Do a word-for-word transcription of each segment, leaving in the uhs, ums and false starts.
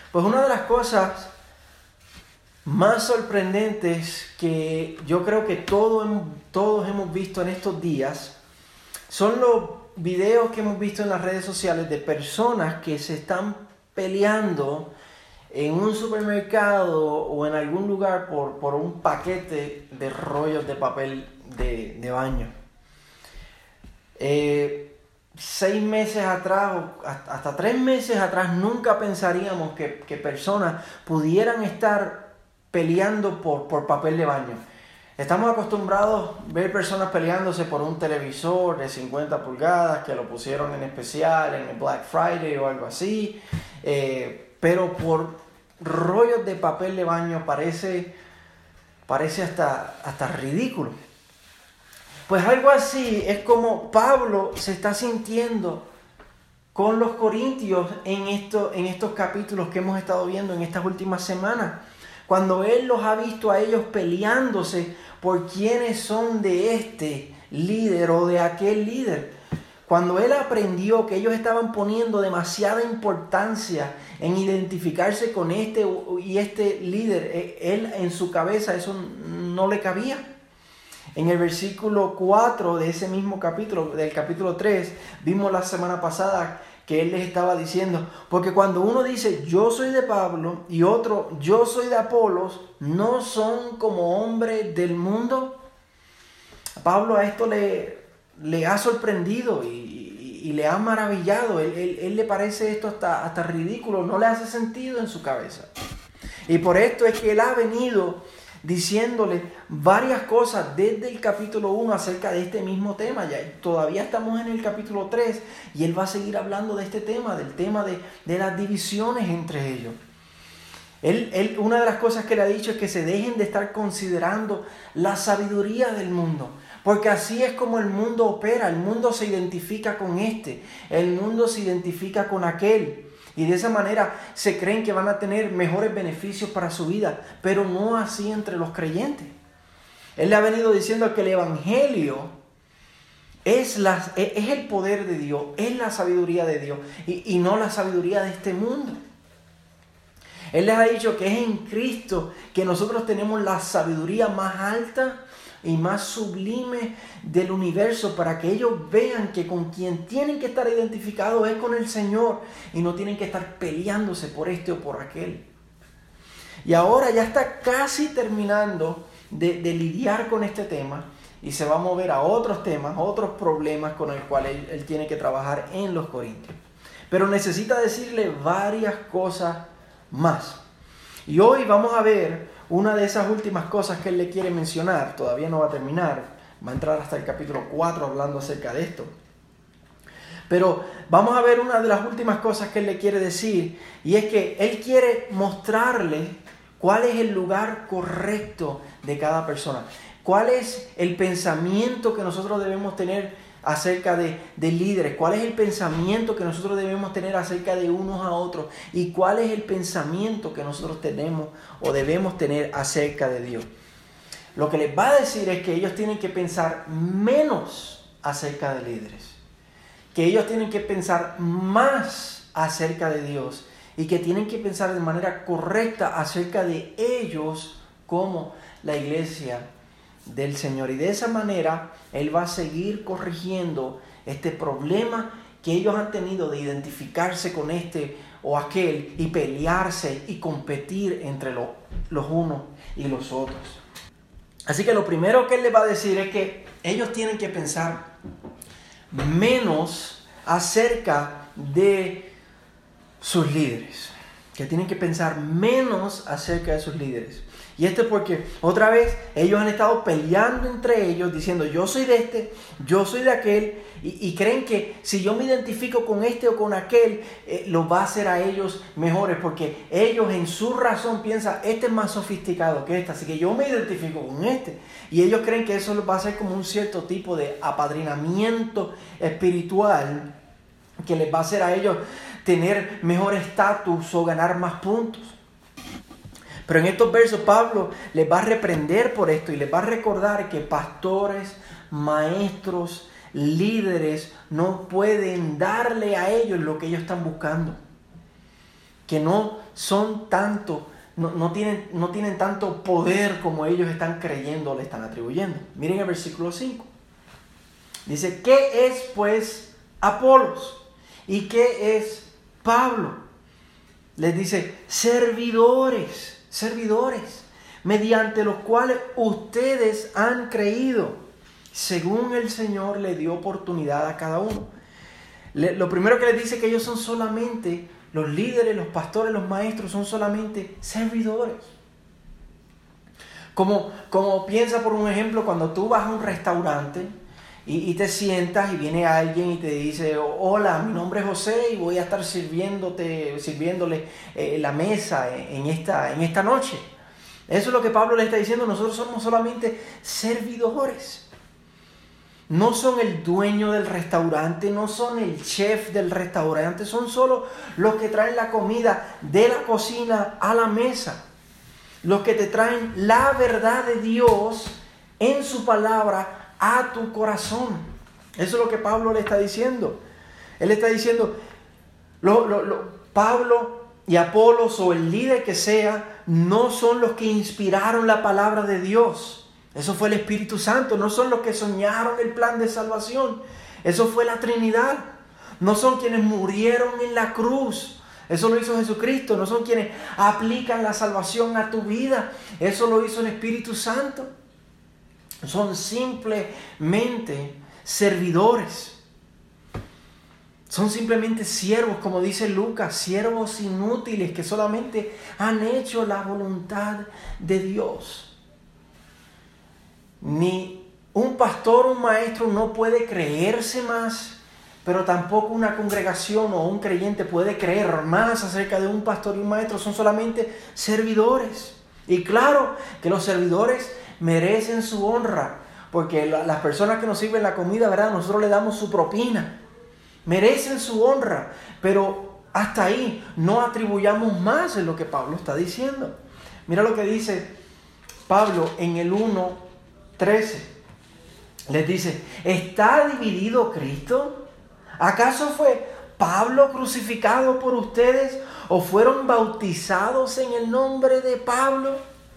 Pues una de las cosas más sorprendentes que yo creo que todos, todos hemos visto en estos días son los videos que hemos visto en las redes sociales de personas que se están peleando en un supermercado o en algún lugar por, por un paquete de rollos de papel de, de baño. Eh, seis meses atrás, o hasta, hasta tres meses atrás, nunca pensaríamos que, que personas pudieran estar peleando por, por papel de baño. Estamos acostumbrados a ver personas peleándose por un televisor de cincuenta pulgadas que lo pusieron en especial en el Black Friday o algo así, eh, pero por rollos de papel de baño parece, parece hasta, hasta ridículo. Pues algo así es como Pablo se está sintiendo con los corintios en, esto, en estos capítulos que hemos estado viendo en estas últimas semanas. Cuando él los ha visto a ellos peleándose por quiénes son de este líder o de aquel líder. Cuando él aprendió que ellos estaban poniendo demasiada importancia en identificarse con este y este líder, él en su cabeza eso no le cabía. En el versículo cuatro de ese mismo capítulo, del capítulo tres, vimos la semana pasada que él les estaba diciendo, porque cuando uno dice yo soy de Pablo y otro yo soy de Apolos, ¿no son como hombres del mundo? Pablo a esto le, le ha sorprendido y, y, y le ha maravillado. Él, él, él le parece esto hasta, hasta ridículo, no le hace sentido en su cabeza. Y por esto es que él ha venido diciéndole varias cosas desde el capítulo uno acerca de este mismo tema. Ya todavía estamos en el capítulo tres y él va a seguir hablando de este tema, del tema de, de las divisiones entre ellos. Él, él, una de las cosas que le ha dicho es que se dejen de estar considerando la sabiduría del mundo, porque así es como el mundo opera. El mundo se identifica con este, el mundo se identifica con aquel. Y de esa manera se creen que van a tener mejores beneficios para su vida, pero no así entre los creyentes. Él le ha venido diciendo que el evangelio es, la, es el poder de Dios, es la sabiduría de Dios y, y no la sabiduría de este mundo. Él les ha dicho que es en Cristo que nosotros tenemos la sabiduría más alta y más sublime del universo, para que ellos vean que con quien tienen que estar identificados es con el Señor y no tienen que estar peleándose por este o por aquel. Y ahora ya está casi terminando de, de lidiar con este tema y se va a mover a otros temas, otros problemas con el cual él, él tiene que trabajar en los Corintios. Pero necesita decirle varias cosas más. Y hoy vamos a ver una de esas últimas cosas que él le quiere mencionar. Todavía no va a terminar, va a entrar hasta el capítulo cuatro hablando acerca de esto. Pero vamos a ver una de las últimas cosas que él le quiere decir, y es que él quiere mostrarle cuál es el lugar correcto de cada persona. Cuál es el pensamiento que nosotros debemos tener acerca de, de líderes, cuál es el pensamiento que nosotros debemos tener acerca de unos a otros y cuál es el pensamiento que nosotros tenemos o debemos tener acerca de Dios. Lo que les va a decir es que ellos tienen que pensar menos acerca de líderes, que ellos tienen que pensar más acerca de Dios y que tienen que pensar de manera correcta acerca de ellos como la iglesia del Señor. Y de esa manera él va a seguir corrigiendo este problema que ellos han tenido de identificarse con este o aquel y pelearse y competir entre lo, los unos y los otros. Así que lo primero que él les va a decir es que ellos tienen que pensar menos acerca de sus líderes, que tienen que pensar menos acerca de sus líderes. Y esto es porque otra vez ellos han estado peleando entre ellos diciendo yo soy de este, yo soy de aquel, y, y creen que si yo me identifico con este o con aquel, eh, los va a hacer a ellos mejores, porque ellos en su razón piensan este es más sofisticado que este, así que yo me identifico con este. Y ellos creen que eso les va a hacer como un cierto tipo de apadrinamiento espiritual que les va a hacer a ellos tener mejor estatus o ganar más puntos. Pero en estos versos Pablo les va a reprender por esto y les va a recordar que pastores, maestros, líderes no pueden darle a ellos lo que ellos están buscando. Que no son tanto, no, no, tienen, no tienen tanto poder como ellos están creyendo o le están atribuyendo. Miren el versículo cinco. Dice, ¿qué es pues Apolos? ¿Y qué es Pablo? Les dice, servidores, servidores, mediante los cuales ustedes han creído, según el Señor le dio oportunidad a cada uno. Le, lo primero que les dice que ellos son solamente, los líderes, los pastores, los maestros, son solamente servidores. Como, como piensa por un ejemplo, cuando tú vas a un restaurante y, y te sientas y viene alguien y te dice, hola, mi nombre es José y voy a estar sirviéndote, sirviéndole eh, la mesa en esta, en esta noche. Eso es lo que Pablo le está diciendo. Nosotros somos solamente servidores. No son el dueño del restaurante, no son el chef del restaurante, son solo los que traen la comida de la cocina a la mesa. Los que te traen la verdad de Dios en su palabra a tu corazón. Eso es lo que Pablo le está diciendo. Él está diciendo, lo, lo, lo, Pablo y Apolos o el líder que sea, no son los que inspiraron la palabra de Dios. Eso fue el Espíritu Santo. No son los que soñaron el plan de salvación. Eso fue la Trinidad. No son quienes murieron en la cruz. Eso lo hizo Jesucristo. No son quienes aplican la salvación a tu vida. Eso lo hizo el Espíritu Santo. Son simplemente servidores. Son simplemente siervos, como dice Lucas, siervos inútiles que solamente han hecho la voluntad de Dios. Ni un pastor o un maestro no puede creerse más, pero tampoco una congregación o un creyente puede creer más acerca de un pastor y un maestro. Son solamente servidores. Y claro que los servidores merecen su honra, porque las personas que nos sirven la comida, ¿verdad? Nosotros le damos su propina. Merecen su honra, pero hasta ahí no atribuyamos más en lo que Pablo está diciendo. Mira lo que dice Pablo en el uno trece. Les dice, ¿está dividido Cristo? ¿Acaso fue Pablo crucificado por ustedes o fueron bautizados en el nombre de Pablo?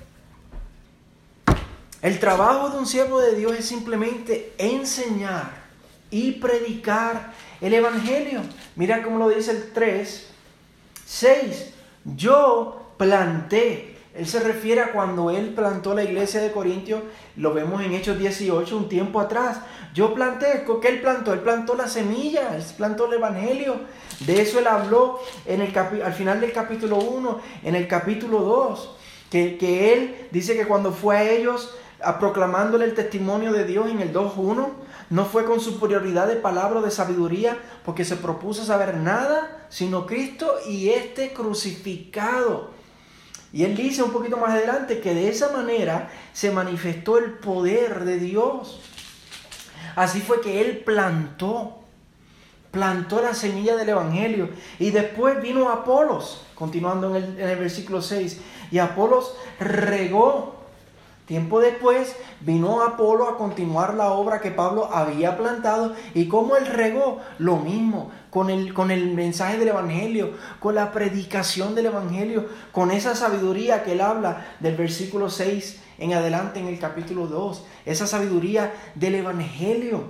El trabajo de un siervo de Dios es simplemente enseñar y predicar el evangelio. Mira cómo lo dice el tres, seis. Yo planté. Él se refiere a cuando él plantó la iglesia de Corintios. Lo vemos en Hechos dieciocho, un tiempo atrás. Yo planté. ¿Qué él plantó? Él plantó la semilla. Él plantó el evangelio. De eso él habló en el capi- al final del capítulo uno. En el capítulo dos. Que, que él dice que cuando fue a ellos a proclamándole el testimonio de Dios en el dos uno, no fue con superioridad de palabra o de sabiduría, porque se propuso saber nada sino Cristo y este crucificado. Y él dice un poquito más adelante que de esa manera se manifestó el poder de Dios. Así fue que él plantó, plantó la semilla del evangelio. Y después vino Apolos, continuando en el, en el versículo seis. Y Apolos regó. Tiempo después vino Apolo a continuar la obra que Pablo había plantado. ¿Y cómo él regó? Lo mismo, con el, con el mensaje del evangelio, con la predicación del evangelio, con esa sabiduría que él habla del versículo seis en adelante en el capítulo dos. Esa sabiduría del evangelio.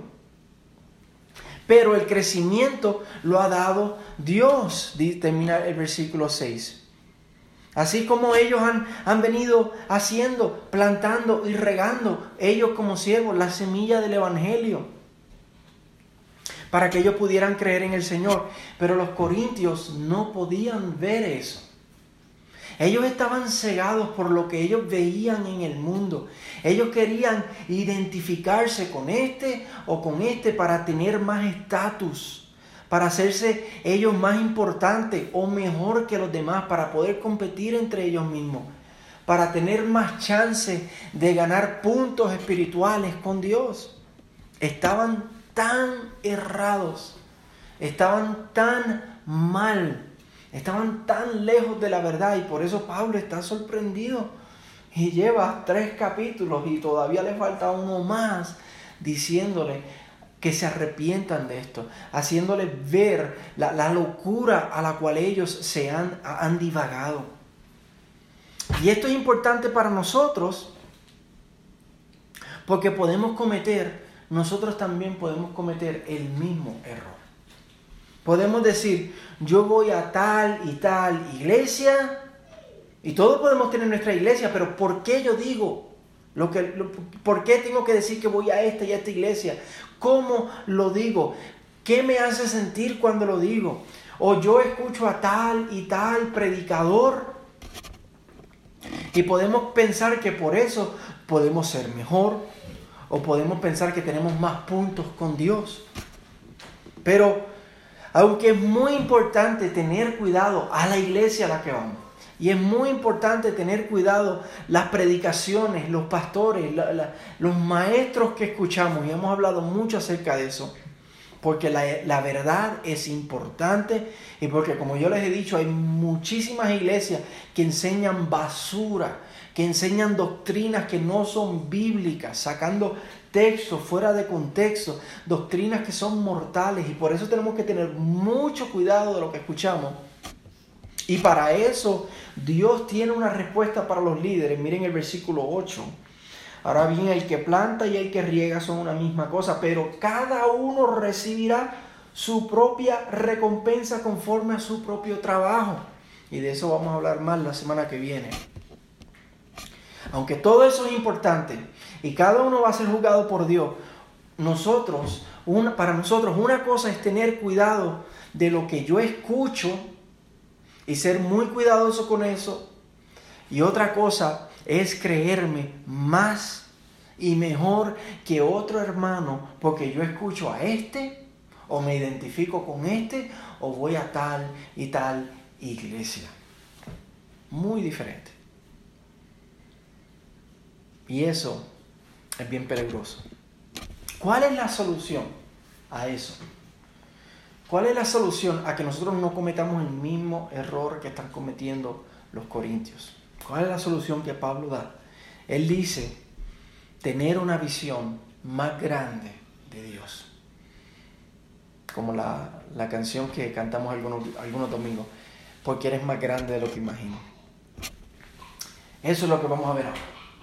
Pero el crecimiento lo ha dado Dios, termina el versículo seis. Así como ellos han, han venido haciendo, plantando y regando, ellos como siervos, la semilla del evangelio, para que ellos pudieran creer en el Señor. Pero los corintios no podían ver eso. Ellos estaban cegados por lo que ellos veían en el mundo. Ellos querían identificarse con este o con este para tener más estatus, para hacerse ellos más importantes o mejor que los demás, para poder competir entre ellos mismos, para tener más chance de ganar puntos espirituales con Dios. Estaban tan errados, estaban tan mal, estaban tan lejos de la verdad, y por eso Pablo está sorprendido y lleva tres capítulos y todavía le falta uno más diciéndole que se arrepientan de esto, haciéndoles ver la, la locura a la cual ellos se han, han divagado. Y esto es importante para nosotros porque podemos cometer, nosotros también podemos cometer el mismo error. Podemos decir, yo voy a tal y tal iglesia, y todos podemos tener nuestra iglesia, pero ¿por qué yo digo lo que, lo, por qué tengo que decir que voy a esta y a esta iglesia? ¿Cómo lo digo? ¿Qué me hace sentir cuando lo digo? O yo escucho a tal y tal predicador y podemos pensar que por eso podemos ser mejor, o podemos pensar que tenemos más puntos con Dios. Pero aunque es muy importante tener cuidado a la iglesia a la que vamos, y es muy importante tener cuidado las predicaciones, los pastores, la, la, los maestros que escuchamos, y hemos hablado mucho acerca de eso, porque la, la verdad es importante, y porque, como yo les he dicho, hay muchísimas iglesias que enseñan basura, que enseñan doctrinas que no son bíblicas, sacando textos fuera de contexto, doctrinas que son mortales, y por eso tenemos que tener mucho cuidado de lo que escuchamos. Y para eso Dios tiene una respuesta para los líderes. Miren el versículo ocho. Ahora bien, el que planta y el que riega son una misma cosa, pero cada uno recibirá su propia recompensa conforme a su propio trabajo. Y de eso vamos a hablar más la semana que viene. Aunque todo eso es importante y cada uno va a ser juzgado por Dios, nosotros, una, para nosotros una cosa es tener cuidado de lo que yo escucho y ser muy cuidadoso con eso, y otra cosa es creerme más y mejor que otro hermano porque yo escucho a este, o me identifico con este, o voy a tal y tal iglesia. Muy diferente. Y eso es bien peligroso. ¿Cuál es la solución a eso? ¿Cuál es la solución a que nosotros no cometamos el mismo error que están cometiendo los corintios? ¿Cuál es la solución que Pablo da? Él dice, tener una visión más grande de Dios. Como la, la canción que cantamos algunos, algunos domingos, porque eres más grande de lo que imagino. Eso es lo que vamos a ver ahora.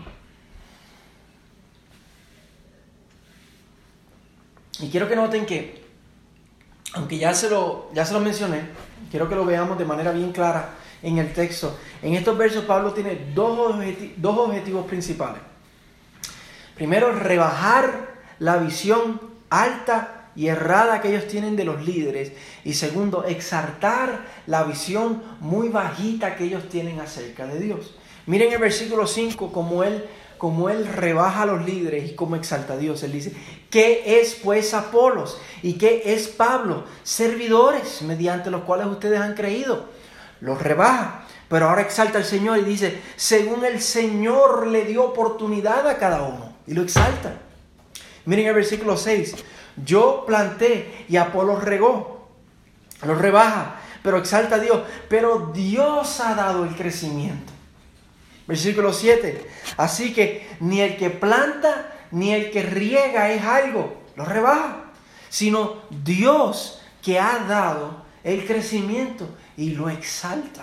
Y quiero que noten que, aunque ya se lo, ya se lo mencioné, quiero que lo veamos de manera bien clara en el texto. En estos versos Pablo tiene dos, objeti- dos objetivos principales. Primero, rebajar la visión alta y errada que ellos tienen de los líderes. Y segundo, exaltar la visión muy bajita que ellos tienen acerca de Dios. Miren el versículo cinco, como él, como él rebaja a los líderes y como exalta a Dios. Él dice, ¿qué es pues Apolos? ¿Y qué es Pablo? Servidores mediante los cuales ustedes han creído. Los rebaja, pero ahora exalta al Señor y dice, según el Señor le dio oportunidad a cada uno. Y lo exalta. Miren el versículo seis. Yo planté y Apolos regó. Lo rebaja, pero exalta a Dios. Pero Dios ha dado el crecimiento. Versículo siete. Así que ni el que planta ni el que riega es algo. Lo rebaja. Sino Dios que ha dado el crecimiento y lo exalta.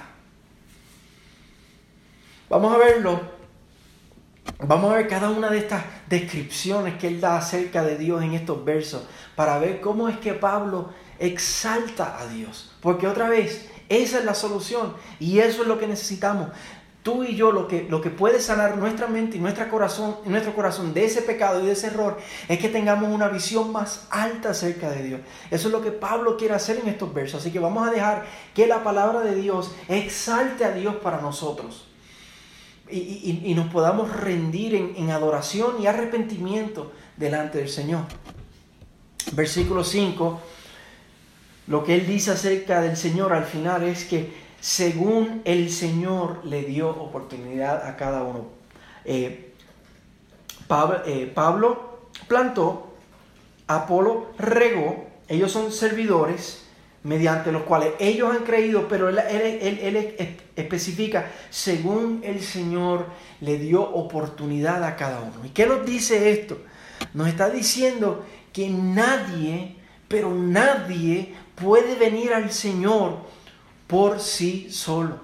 Vamos a verlo. Vamos a ver cada una de estas descripciones que él da acerca de Dios en estos versos para ver cómo es que Pablo exalta a Dios. Porque otra vez, esa es la solución y eso es lo que necesitamos. Tú y yo, lo que, lo que puede sanar nuestra mente y nuestro corazón, nuestro corazón de ese pecado y de ese error es que tengamos una visión más alta acerca de Dios. Eso es lo que Pablo quiere hacer en estos versos. Así que vamos a dejar que la palabra de Dios exalte a Dios para nosotros. Y, y, y nos podamos rendir en, en adoración y arrepentimiento delante del Señor. Versículo cinco, lo que él dice acerca del Señor al final es que según el Señor le dio oportunidad a cada uno. Eh, Pablo, eh, Pablo plantó, Apolo regó, ellos son servidores mediante los cuales ellos han creído, pero él, él, él, él especifica, según el Señor le dio oportunidad a cada uno. ¿Y qué nos dice esto? Nos está diciendo que nadie, pero nadie puede venir al Señor por sí solo.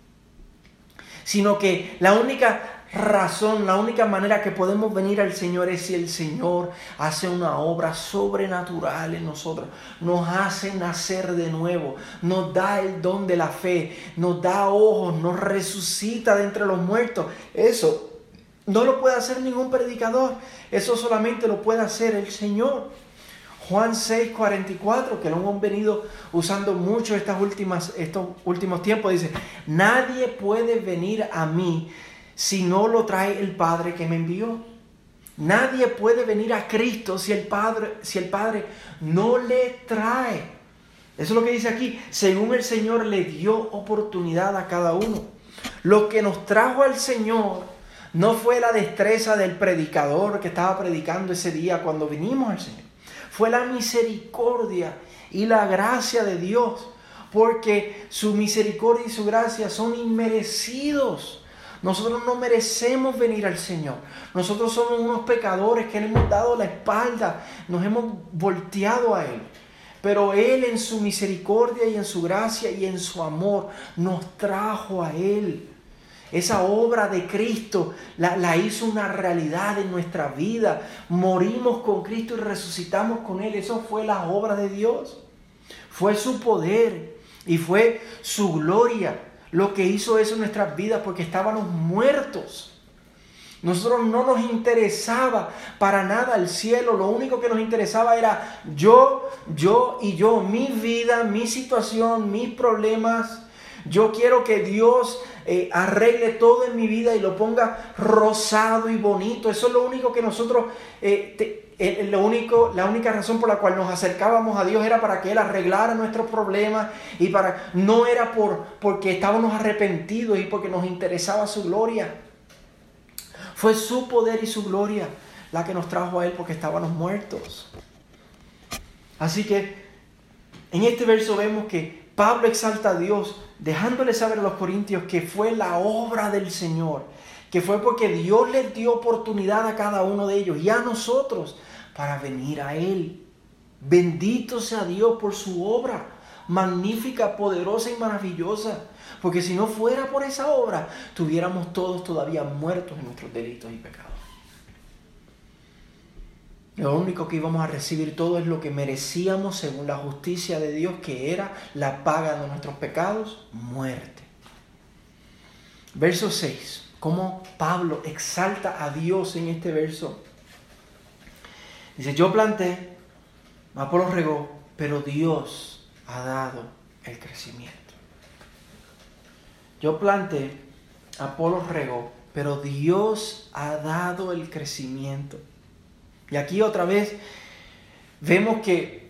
Sino que la única razón, la única manera que podemos venir al Señor es si el Señor hace una obra sobrenatural en nosotros, nos hace nacer de nuevo, nos da el don de la fe, nos da ojos, nos resucita de entre los muertos. Eso no lo puede hacer ningún predicador, eso solamente lo puede hacer el Señor. Juan seis cuarenta y cuatro, que lo hemos venido usando mucho estas últimas, estos últimos tiempos, dice: nadie puede venir a mí si no lo trae el Padre que me envió. Nadie puede venir a Cristo si el Padre, si el Padre no le trae. Eso es lo que dice aquí. Según el Señor le dio oportunidad a cada uno. Lo que nos trajo al Señor no fue la destreza del predicador que estaba predicando ese día cuando vinimos al Señor. Fue la misericordia y la gracia de Dios. Porque su misericordia y su gracia son inmerecidos. Nosotros no merecemos venir al Señor. Nosotros somos unos pecadores que le hemos dado la espalda, nos hemos volteado a Él. Pero Él en su misericordia y en su gracia y en su amor nos trajo a Él. Esa obra de Cristo la, la hizo una realidad en nuestra vida. Morimos con Cristo y resucitamos con Él. Eso fue la obra de Dios. Fue su poder y fue su gloria lo que hizo eso en nuestras vidas, porque estábamos muertos. Nosotros no nos interesaba para nada el cielo. Lo único que nos interesaba era yo, yo y yo. Mi vida, mi situación, mis problemas. Yo quiero que Dios eh, arregle todo en mi vida y lo ponga rosado y bonito. Eso es lo único que nosotros... Eh, te, eh, lo único, la única razón por la cual nos acercábamos a Dios era para que Él arreglara nuestros problemas. Y para no era por, porque estábamos arrepentidos y porque nos interesaba su gloria. Fue su poder y su gloria la que nos trajo a Él, porque estábamos muertos. Así que en este verso vemos que Pablo exalta a Dios, dejándole saber a los corintios que fue la obra del Señor, que fue porque Dios les dio oportunidad a cada uno de ellos y a nosotros para venir a Él. Bendito sea Dios por su obra, magnífica, poderosa y maravillosa. Porque si no fuera por esa obra, estuviéramos todos todavía muertos en nuestros delitos y pecados. Lo único que íbamos a recibir todo es lo que merecíamos según la justicia de Dios, que era la paga de nuestros pecados, muerte. Verso seis. Cómo Pablo exalta a Dios en este verso. Dice: yo planté, Apolos regó, pero Dios ha dado el crecimiento. Yo planté, Apolos regó, pero Dios ha dado el crecimiento. Y aquí otra vez vemos que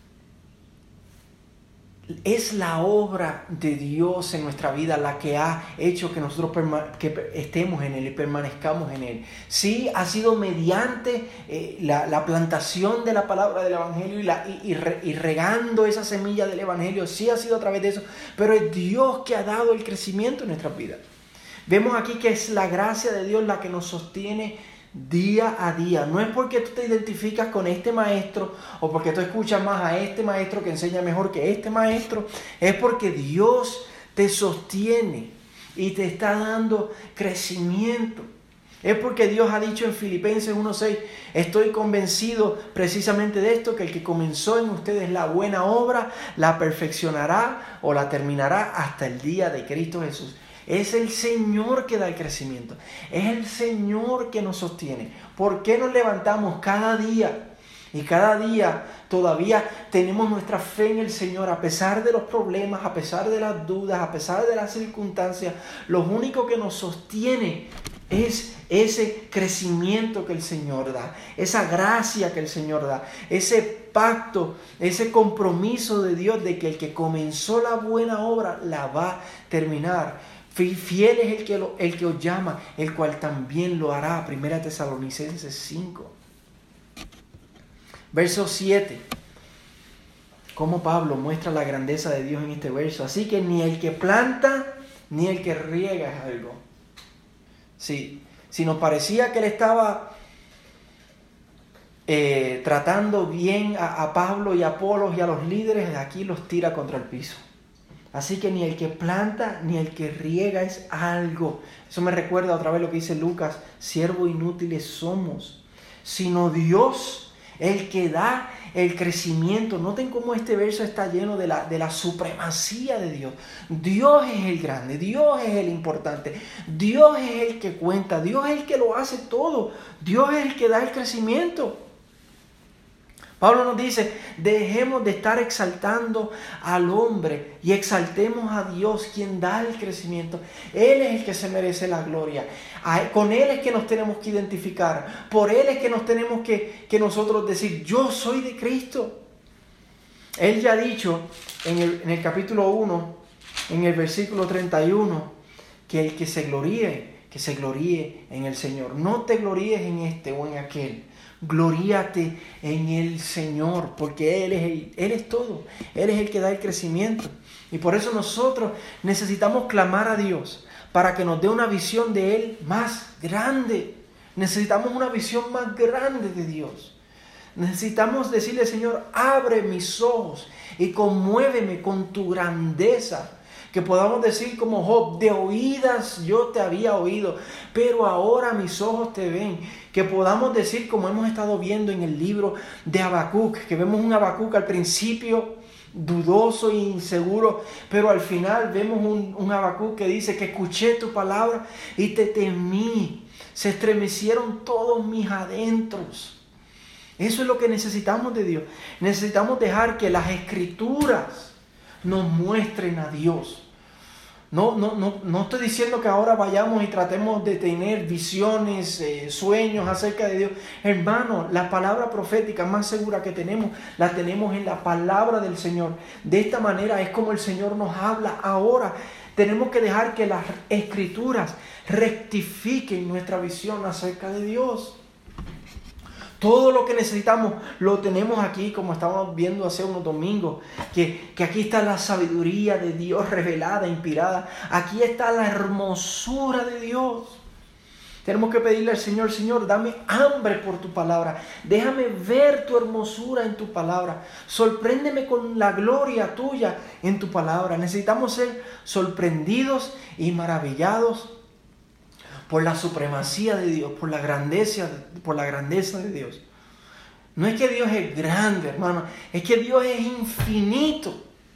es la obra de Dios en nuestra vida la que ha hecho que nosotros perma- que estemos en Él y permanezcamos en Él. Sí, ha sido mediante eh, la, la plantación de la palabra del Evangelio y, la, y, y, re, y regando esa semilla del Evangelio. Sí ha sido a través de eso, pero es Dios que ha dado el crecimiento en nuestras vidas. Vemos aquí que es la gracia de Dios la que nos sostiene día a día. No es porque tú te identificas con este maestro o porque tú escuchas más a este maestro que enseña mejor que este maestro. Es porque Dios te sostiene y te está dando crecimiento. Es porque Dios ha dicho en Filipenses uno seis: estoy convencido precisamente de esto, que el que comenzó en ustedes la buena obra la perfeccionará o la terminará hasta el día de Cristo Jesús. Es el Señor que da el crecimiento. Es el Señor que nos sostiene. ¿Por qué nos levantamos cada día? Y cada día todavía tenemos nuestra fe en el Señor, a pesar de los problemas, a pesar de las dudas, a pesar de las circunstancias. Lo único que nos sostiene es ese crecimiento que el Señor da, esa gracia que el Señor da, ese pacto, ese compromiso de Dios de que el que comenzó la buena obra la va a terminar. Fiel es el que, lo, el que os llama, el cual también lo hará. Primera Tesalonicenses cinco. Verso siete. Cómo Pablo muestra la grandeza de Dios en este verso. Así que ni el que planta, ni el que riega es algo. Sí, si nos parecía que él estaba eh, tratando bien a, a Pablo y a Apolos y a los líderes, de aquí los tira contra el piso. Así que ni el que planta ni el que riega es algo. Eso me recuerda otra vez lo que dice Lucas: siervos inútiles somos, sino Dios el que da el crecimiento. Noten cómo este verso está lleno de la, de la supremacía de Dios. Dios es el grande, Dios es el importante, Dios es el que cuenta, Dios es el que lo hace todo, Dios es el que da el crecimiento. Pablo nos dice: dejemos de estar exaltando al hombre y exaltemos a Dios, quien da el crecimiento. Él es el que se merece la gloria. Con Él es que nos tenemos que identificar. Por Él es que nos tenemos que, que nosotros decir: yo soy de Cristo. Él ya ha dicho en el, en el capítulo uno, en el versículo treinta y uno, que el que se gloríe, que se gloríe en el Señor. No te gloríes en este o en aquel. Gloríate en el Señor, porque Él es, el, Él es todo. Él es el que da el crecimiento. Y por eso nosotros necesitamos clamar a Dios para que nos dé una visión de Él más grande. Necesitamos una visión más grande de Dios. Necesitamos decirle: Señor, abre mis ojos y conmuéveme con tu grandeza. Que podamos decir como Job: de oídas yo te había oído, pero ahora mis ojos te ven. Que podamos decir, como hemos estado viendo en el libro de Habacuc, que vemos un Habacuc al principio dudoso e inseguro, pero al final vemos un, un Habacuc que dice: que escuché tu palabra y te temí, se estremecieron todos mis adentros. Eso es lo que necesitamos de Dios. Necesitamos dejar que las Escrituras nos muestren a Dios. No, no, no, no estoy diciendo que ahora vayamos y tratemos de tener visiones, eh, sueños acerca de Dios. Hermano, la palabra profética más segura que tenemos, la tenemos en la palabra del Señor. De esta manera es como el Señor nos habla ahora. Tenemos que dejar que las Escrituras rectifiquen nuestra visión acerca de Dios. Todo lo que necesitamos lo tenemos aquí, como estábamos viendo hace unos domingos, que, que aquí está la sabiduría de Dios revelada, inspirada. Aquí está la hermosura de Dios. Tenemos que pedirle al Señor: Señor, dame hambre por tu palabra. Déjame ver tu hermosura en tu palabra. Sorpréndeme con la gloria tuya en tu palabra. Necesitamos ser sorprendidos y maravillados por la supremacía de Dios, por la grandeza, por la grandeza de Dios. No es que Dios es grande, hermano, es que Dios es infinito.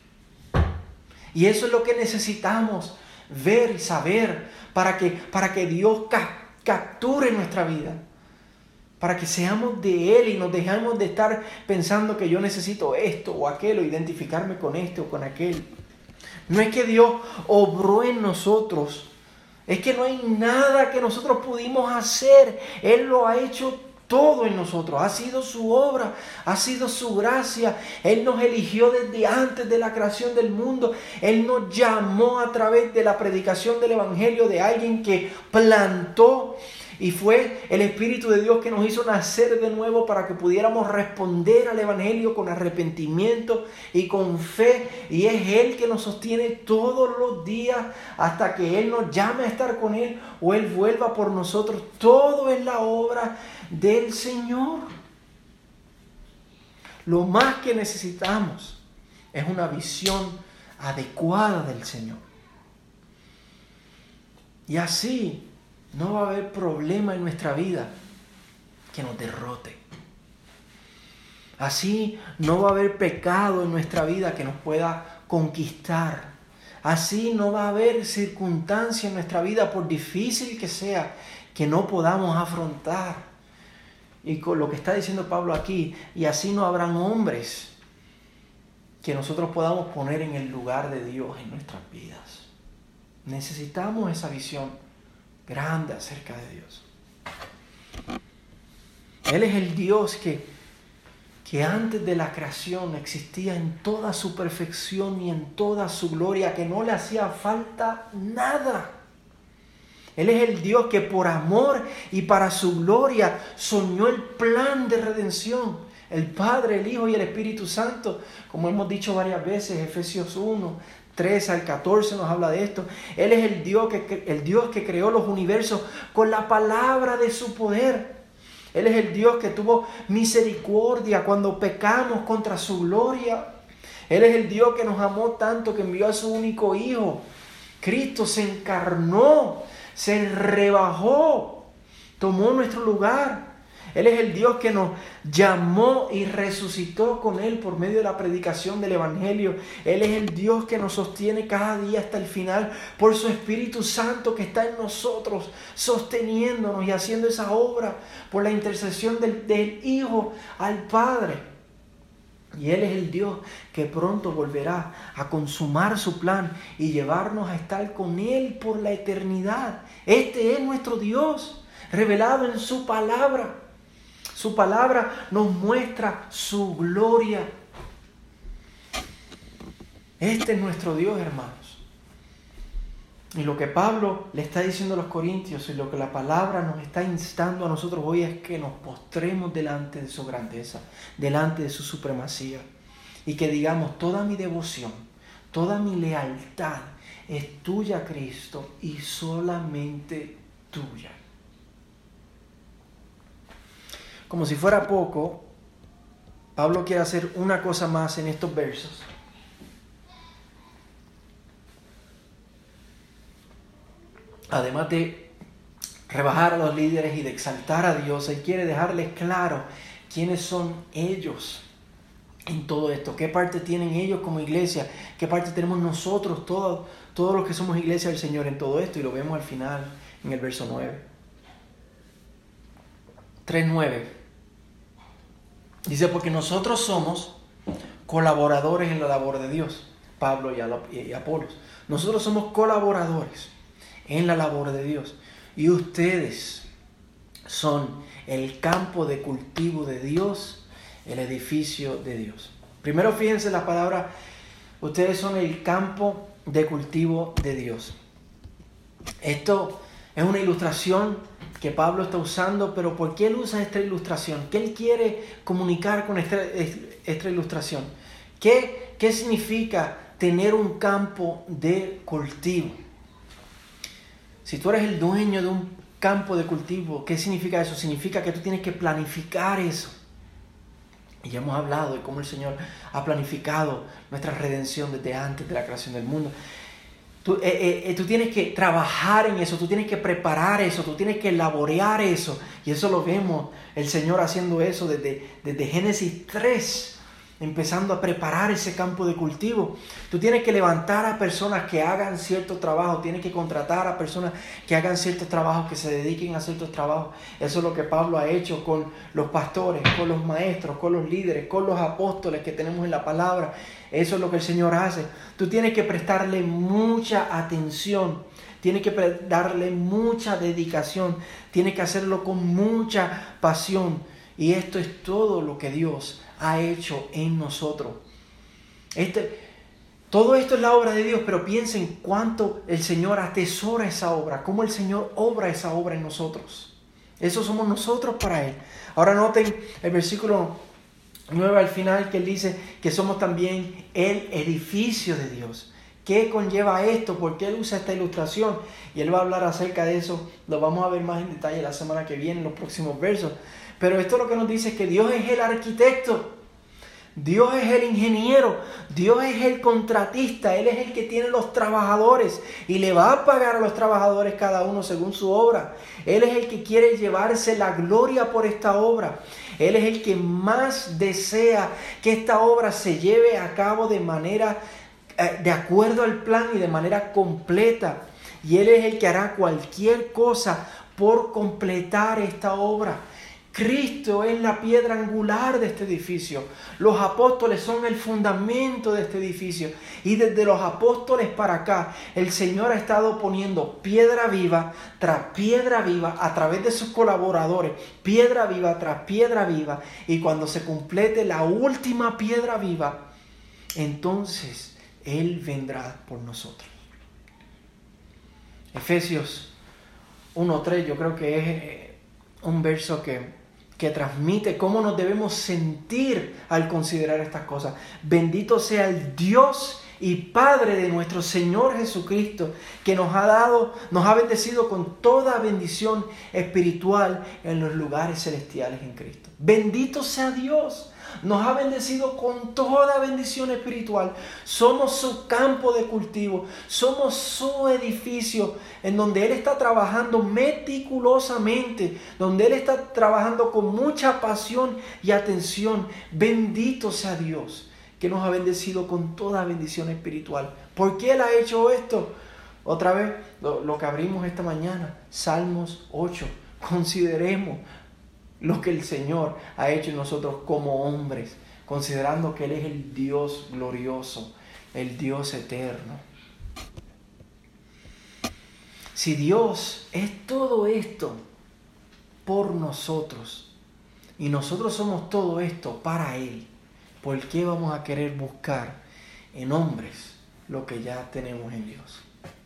Y eso es lo que necesitamos ver y saber para que, para que Dios ca- capture nuestra vida. Para que seamos de Él y nos dejemos de estar pensando que yo necesito esto o aquello, identificarme con este o con aquel. No es que Dios obró en nosotros. Es que no hay nada que nosotros pudimos hacer. Él lo ha hecho todo en nosotros. Ha sido su obra, ha sido su gracia. Él nos eligió desde antes de la creación del mundo. Él nos llamó a través de la predicación del Evangelio de alguien que plantó. Y fue el Espíritu de Dios que nos hizo nacer de nuevo para que pudiéramos responder al Evangelio con arrepentimiento y con fe. Y es Él que nos sostiene todos los días hasta que Él nos llame a estar con Él o Él vuelva por nosotros. Todo es la obra del Señor. Lo más que necesitamos es una visión adecuada del Señor. Y así no va a haber problema en nuestra vida que nos derrote. Así no va a haber pecado en nuestra vida que nos pueda conquistar. Así no va a haber circunstancia en nuestra vida, por difícil que sea, que no podamos afrontar. Y con lo que está diciendo Pablo aquí, y así no habrán hombres que nosotros podamos poner en el lugar de Dios en nuestras vidas. Necesitamos esa visión grande acerca de Dios. Él es el Dios que, que antes de la creación existía en toda su perfección y en toda su gloria, que no le hacía falta nada. Él es el Dios que por amor y para su gloria soñó el plan de redención. El Padre, el Hijo y el Espíritu Santo, como hemos dicho varias veces, Efesios uno, tres al catorce nos habla de esto. Él es el Dios que, el Dios que creó los universos con la palabra de su poder. Él es el Dios que tuvo misericordia cuando pecamos contra su gloria. Él es el Dios que nos amó tanto que envió a su único Hijo. Cristo se encarnó, se rebajó, tomó nuestro lugar. Él es el Dios que nos llamó y resucitó con Él por medio de la predicación del Evangelio. Él es el Dios que nos sostiene cada día hasta el final por su Espíritu Santo que está en nosotros, sosteniéndonos y haciendo esa obra por la intercesión del, del Hijo al Padre. Y Él es el Dios que pronto volverá a consumar su plan y llevarnos a estar con Él por la eternidad. Este es nuestro Dios, revelado en su palabra. Su palabra nos muestra su gloria. Este es nuestro Dios, hermanos. Y lo que Pablo le está diciendo a los corintios y lo que la palabra nos está instando a nosotros hoy es que nos postremos delante de su grandeza, delante de su supremacía. Y que digamos, toda mi devoción, toda mi lealtad es tuya, Cristo, y solamente tuya. Como si fuera poco, Pablo quiere hacer una cosa más en estos versos. Además de rebajar a los líderes y de exaltar a Dios, Él quiere dejarles claro quiénes son ellos en todo esto. ¿Qué parte tienen ellos como iglesia? ¿Qué parte tenemos nosotros, todos, todos los que somos iglesia del Señor en todo esto? Y lo vemos al final, en el verso nueve. tres nueve. Dice, porque nosotros somos colaboradores en la labor de Dios. Pablo y Apolos. Nosotros somos colaboradores en la labor de Dios. Y ustedes son el campo de cultivo de Dios, el edificio de Dios. Primero fíjense la palabra, ustedes son el campo de cultivo de Dios. Esto es una ilustración que Pablo está usando, pero ¿por qué él usa esta ilustración? ¿Qué él quiere comunicar con esta, esta ilustración? ¿Qué, ¿Qué significa tener un campo de cultivo? Si tú eres el dueño de un campo de cultivo, ¿qué significa eso? Significa que tú tienes que planificar eso. Y ya hemos hablado de cómo el Señor ha planificado nuestra redención desde antes de la creación del mundo. Tú, eh, eh, tú tienes que trabajar en eso, tú tienes que preparar eso, tú tienes que laborear eso. Y eso lo vemos el Señor haciendo eso desde, desde Génesis tres, empezando a preparar ese campo de cultivo. Tú tienes que levantar a personas que hagan cierto trabajo, tienes que contratar a personas que hagan ciertos trabajos, que se dediquen a ciertos trabajos. Eso es lo que Pablo ha hecho con los pastores, con los maestros, con los líderes, con los apóstoles que tenemos en la palabra. Eso es lo que el Señor hace. Tú tienes que prestarle mucha atención, tienes que darle mucha dedicación, tienes que hacerlo con mucha pasión. Y esto es todo lo que Dios ha hecho en nosotros. Este, todo esto es la obra de Dios, pero piensen cuánto el Señor atesora esa obra, cómo el Señor obra esa obra en nosotros. Eso somos nosotros para Él. Ahora noten el versículo nueve al final, que Él dice que somos también el edificio de Dios. ¿Qué conlleva esto? ¿Por qué Él usa esta ilustración? Y Él va a hablar acerca de eso. Lo vamos a ver más en detalle la semana que viene, en los próximos versos. Pero esto lo que nos dice es que Dios es el arquitecto, Dios es el ingeniero, Dios es el contratista, Él es el que tiene los trabajadores y le va a pagar a los trabajadores cada uno según su obra. Él es el que quiere llevarse la gloria por esta obra. Él es el que más desea que esta obra se lleve a cabo de manera, eh, de acuerdo al plan y de manera completa. Y Él es el que hará cualquier cosa por completar esta obra. Cristo es la piedra angular de este edificio. Los apóstoles son el fundamento de este edificio. Y desde los apóstoles para acá, el Señor ha estado poniendo piedra viva tras piedra viva a través de sus colaboradores. Piedra viva tras piedra viva. Y cuando se complete la última piedra viva, entonces Él vendrá por nosotros. Efesios uno tres, yo creo que es un verso que... que transmite cómo nos debemos sentir al considerar estas cosas. Bendito sea el Dios y Padre de nuestro Señor Jesucristo, que nos ha dado, nos ha bendecido con toda bendición espiritual en los lugares celestiales en Cristo. Bendito sea Dios. Nos ha bendecido con toda bendición espiritual. Somos su campo de cultivo. Somos su edificio en donde Él está trabajando meticulosamente. Donde Él está trabajando con mucha pasión y atención. Bendito sea Dios que nos ha bendecido con toda bendición espiritual. ¿Por qué Él ha hecho esto? Otra vez, lo, lo que abrimos esta mañana. Salmos ocho. Consideremos lo que el Señor ha hecho en nosotros como hombres, considerando que Él es el Dios glorioso, el Dios eterno. Si Dios es todo esto por nosotros y nosotros somos todo esto para Él, ¿por qué vamos a querer buscar en hombres lo que ya tenemos en Dios?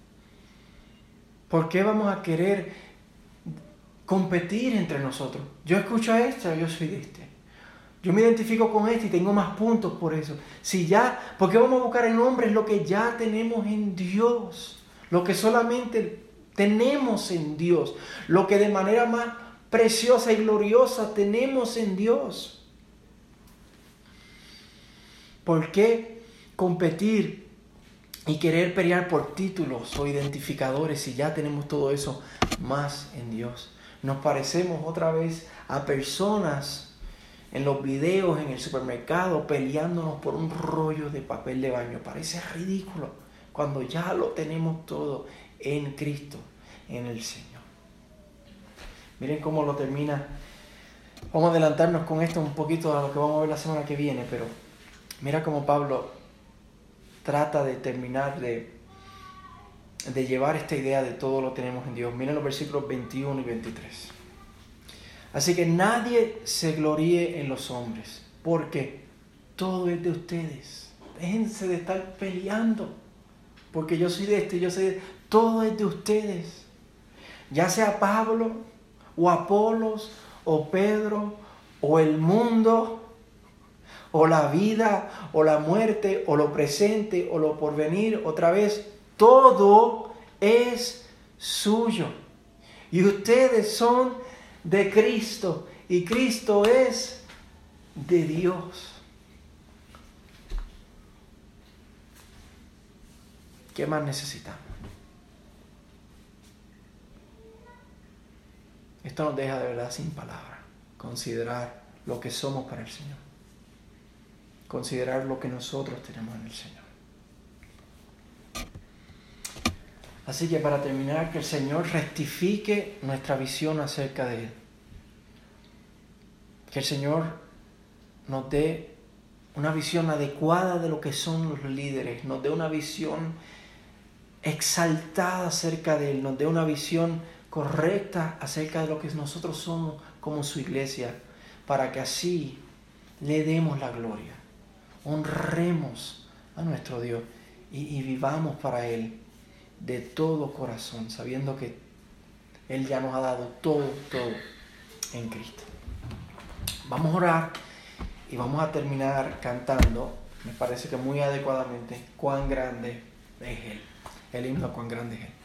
¿Por qué vamos a querer competir entre nosotros? Yo escucho a este, yo soy de este. Yo me identifico con este y tengo más puntos por eso. Si ya, ¿por qué vamos a buscar en hombres lo que ya tenemos en Dios? Lo que solamente tenemos en Dios. Lo que de manera más preciosa y gloriosa tenemos en Dios. ¿Por qué competir y querer pelear por títulos o identificadores si ya tenemos todo eso más en Dios? Nos parecemos otra vez a personas en los videos, en el supermercado, peleándonos por un rollo de papel de baño. Parece ridículo cuando ya lo tenemos todo en Cristo, en el Señor. Miren cómo lo termina. Vamos a adelantarnos con esto un poquito a lo que vamos a ver la semana que viene, pero mira cómo Pablo trata de terminar de de llevar esta idea de todo lo tenemos en Dios. Miren los versículos veintiuno y veintitrés. Así que nadie se gloríe en los hombres, porque todo es de ustedes. Déjense de estar peleando, porque yo soy de este, yo soy de este. Todo es de ustedes. Ya sea Pablo, o Apolos, o Pedro, o el mundo, o la vida, o la muerte, o lo presente, o lo porvenir. Otra vez, todo es suyo. Y ustedes son de Cristo. Y Cristo es de Dios. ¿Qué más necesitamos? Esto nos deja de verdad sin palabras. Considerar lo que somos para el Señor. Considerar lo que nosotros tenemos en el Señor. Así que para terminar, que el Señor rectifique nuestra visión acerca de Él. Que el Señor nos dé una visión adecuada de lo que son los líderes, nos dé una visión exaltada acerca de Él, nos dé una visión correcta acerca de lo que nosotros somos como su iglesia, para que así le demos la gloria, honremos a nuestro Dios y, y vivamos para Él de todo corazón, sabiendo que Él ya nos ha dado todo, todo en Cristo. Vamos a orar y vamos a terminar cantando, me parece que muy adecuadamente, cuán grande es Él. El himno, cuán grande es Él.